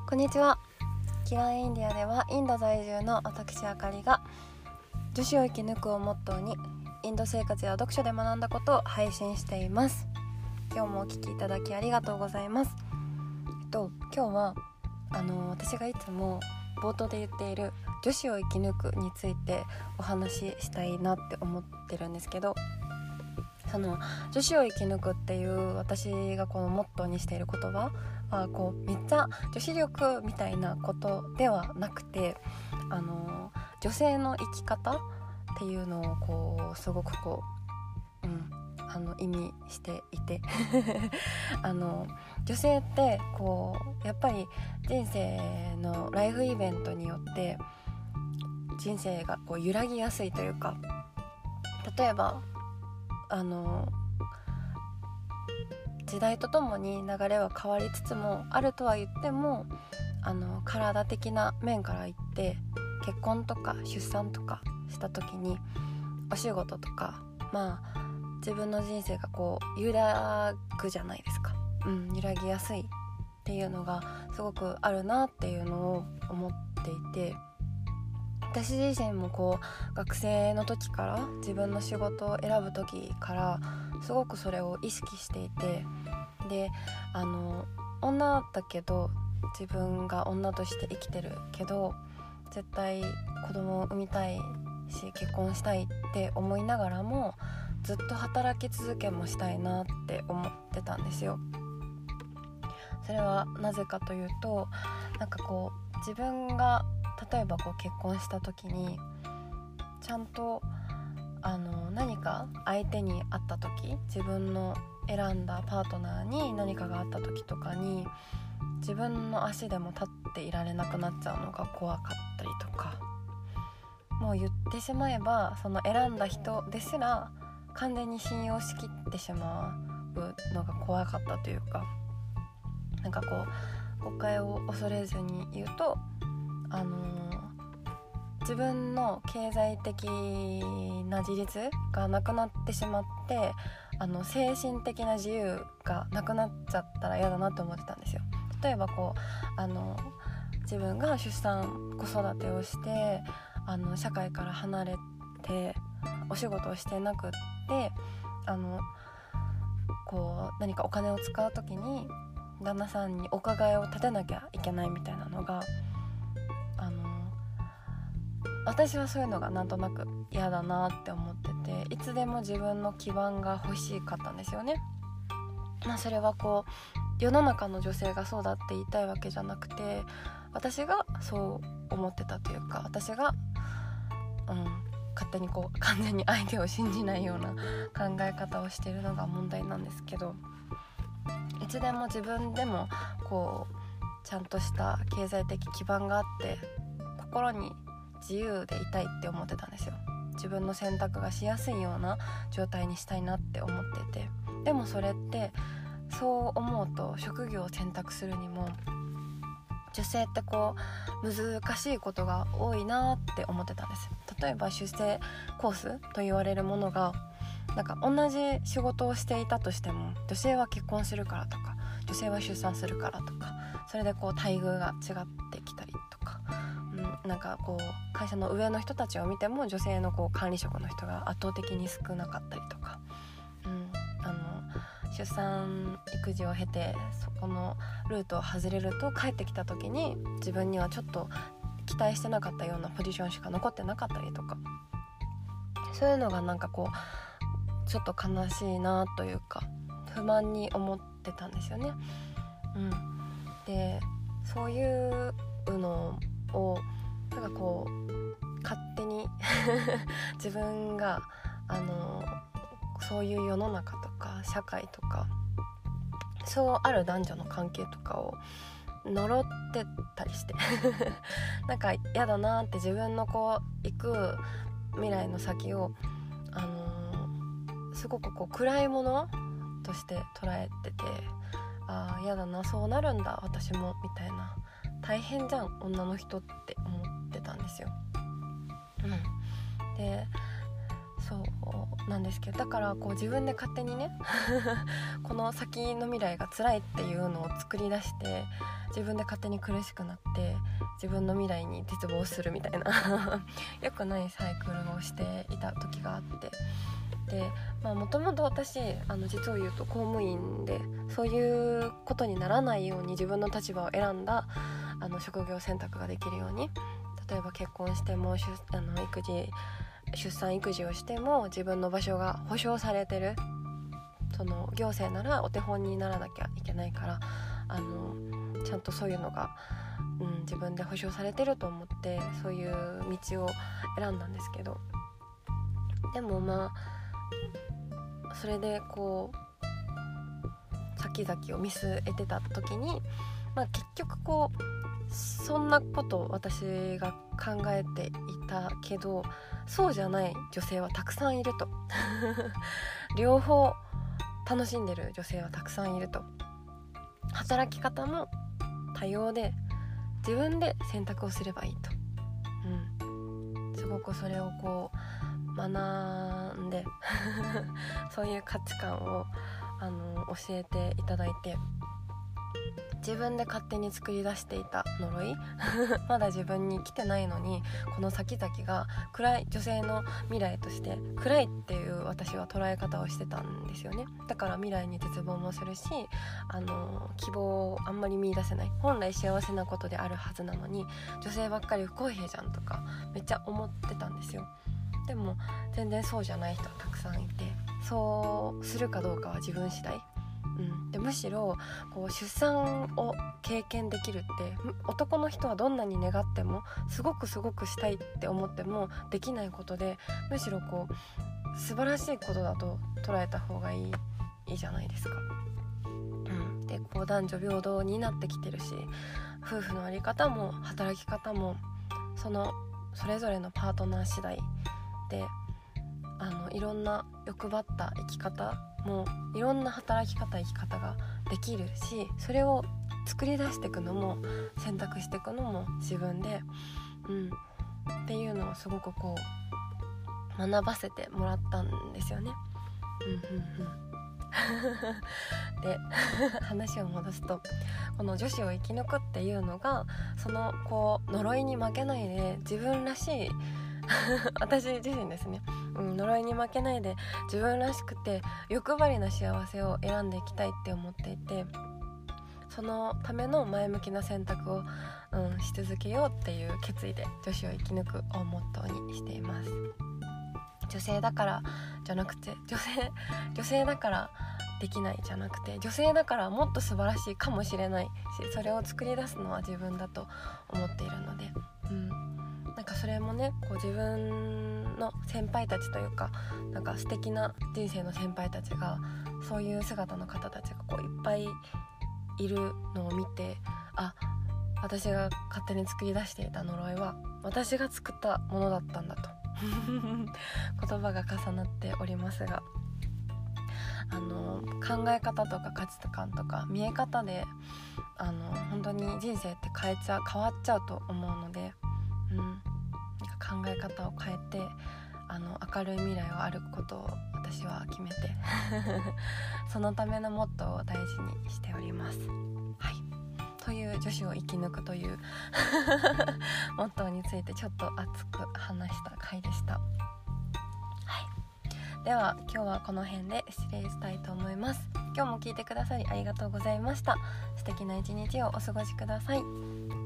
こんにちは。キラインディアではインド在住の私あかりが女子を生き抜くをモットーにインド生活や読書で学んだことを配信しています。今日もお聞きいただきありがとうございます。今日は私がいつも冒頭で言っている女子を生き抜くについてお話ししたいなって思ってるんですけど、その女子を生き抜くっていう私がこのモットーにしている言葉はめっちゃ女子力みたいなことではなくて、女性の生き方っていうのをすごく意味していて女性ってやっぱり人生のライフイベントによって人生が揺らぎやすいというか、例えば時代とともに流れは変わりつつもあるとは言っても、体的な面から言って結婚とか出産とかした時にお仕事とか自分の人生が揺らぐじゃないですか、揺らぎやすいっていうのがすごくあるなっていうのを思っていて、私自身も学生の時から自分の仕事を選ぶ時からすごくそれを意識していて、で女だけど自分が女として生きてるけど絶対子供を産みたいし結婚したいって思いながらもずっと働き続けもしたいなって思ってたんですよ。それはなぜかというと、自分が例えば結婚した時にちゃんと何か相手に会った時、自分の選んだパートナーに何かがあった時とかに自分の足でも立っていられなくなっちゃうのが怖かったりとか、もう言ってしまえばその選んだ人ですら完全に信用しきってしまうのが怖かったというか、誤解を恐れずに言うと自分の経済的な自立がなくなってしまって精神的な自由がなくなっちゃったら嫌だなと思ってたんですよ。例えば自分が出産子育てをして社会から離れてお仕事をしてなくって何かお金を使う時に旦那さんにお伺いを立てなきゃいけないみたいなのが私はそういうのがなんとなく嫌だなって思ってて、いつでも自分の基盤が欲しかったんですよね。それは世の中の女性がそうだって言いたいわけじゃなくて、私がそう思ってたというか、私が勝手に完全に相手を信じないような考え方をしているのが問題なんですけど、いつでも自分でもちゃんとした経済的基盤があって心に自由でいたいって思ってたんですよ。自分の選択がしやすいような状態にしたいなって思ってて、でもそれってそう思うと職業を選択するにも女性って難しいことが多いなって思ってたんです。例えば出世コースと言われるものが同じ仕事をしていたとしても女性は結婚するからとか女性は出産するからとか、それで待遇が違ってきたりとか、会社の上の人たちを見ても女性の管理職の人が圧倒的に少なかったりとか、出産育児を経てそこのルートを外れると帰ってきた時に自分にはちょっと期待してなかったようなポジションしか残ってなかったりとか、そういうのがちょっと悲しいなというか不満に思ってたんですよね。でそういうのを勝手に自分がそういう世の中とか社会とかそうある男女の関係とかを呪ってたりして嫌だなって、自分の行く未来の先をすごく暗いものとして捉えてて、嫌だな、そうなるんだ私もみたいな、大変じゃん女の人って思ってたんですよ。でそうなんですけど、だからこう自分で勝手にねこの先の未来が辛いっていうのを作り出して、自分で勝手に苦しくなって自分の未来に絶望するみたいな良くないサイクルをしていた時があって、でもともと私実を言うと公務員で、そういうことにならないように自分の立場を選んだ職業選択ができるように、例えば結婚しても出産育児をしても自分の場所が保障されてる、その行政ならお手本にならなきゃいけないから、ちゃんとそういうのが、自分で保障されてると思ってそういう道を選んだんですけど、でもそれでこう先々を見据えてた時に、結局こうそんなことを私が考えていたけど、そうじゃない女性はたくさんいると両方楽しんでる女性はたくさんいると、働き方も多様で自分で選択をすればいいと、すごくそれをこう学んでそういう価値観を教えていただいて、自分で勝手に作り出していた呪いまだ自分に来てないのに、この先々が暗い、女性の未来として暗いっていう私は捉え方をしてたんですよね。だから未来に絶望もするし、希望をあんまり見出せない、本来幸せなことであるはずなのに女性ばっかり不公平じゃんとかめっちゃ思ってたんですよ。でも全然そうじゃない人はたくさんいて、そうするかどうかは自分次第、でむしろこう出産を経験できるって、男の人はどんなに願ってもすごくしたいって思ってもできないことで、むしろこう素晴らしいことだと捉えた方がいいじゃないですか。でこう男女平等になってきてるし、夫婦の在り方も働き方もそれぞれのパートナー次第で、いろんな欲張った生き方もいろんな働き方生き方ができるし、それを作り出していくのも選択していくのも自分で、っていうのをすごくこう学ばせてもらったんですよね。で話を戻すと、この女子を生き抜くっていうのが、そのこう呪いに負けないで自分らしい私自身ですね、呪いに負けないで自分らしくて欲張りな幸せを選んでいきたいって思っていて、そのための前向きな選択を、し続けようっていう決意で女子を生き抜くをモットーにしています。女性だからじゃなくて、女性だからできないじゃなくて、女性だからもっと素晴らしいかもしれないし、それを作り出すのは自分だと思っているので、なんかそれもね、こう自分の先輩たちというか、なんか素敵な人生の先輩たちが、そういう姿の方たちがこういっぱいいるのを見て、私が勝手に作り出していた呪いは私が作ったものだったんだと言葉が重なっておりますが、考え方とか価値観とか見え方で本当に人生って変わっちゃうと思うので、考え方を変えて明るい未来を歩くことを私は決めてそのためのモットーを大事にしております。という女子を生き抜くというモットーについてちょっと熱く話した回でした。では今日はこの辺で失礼したいと思います。今日も聞いてくださりありがとうございました。素敵な一日をお過ごしください。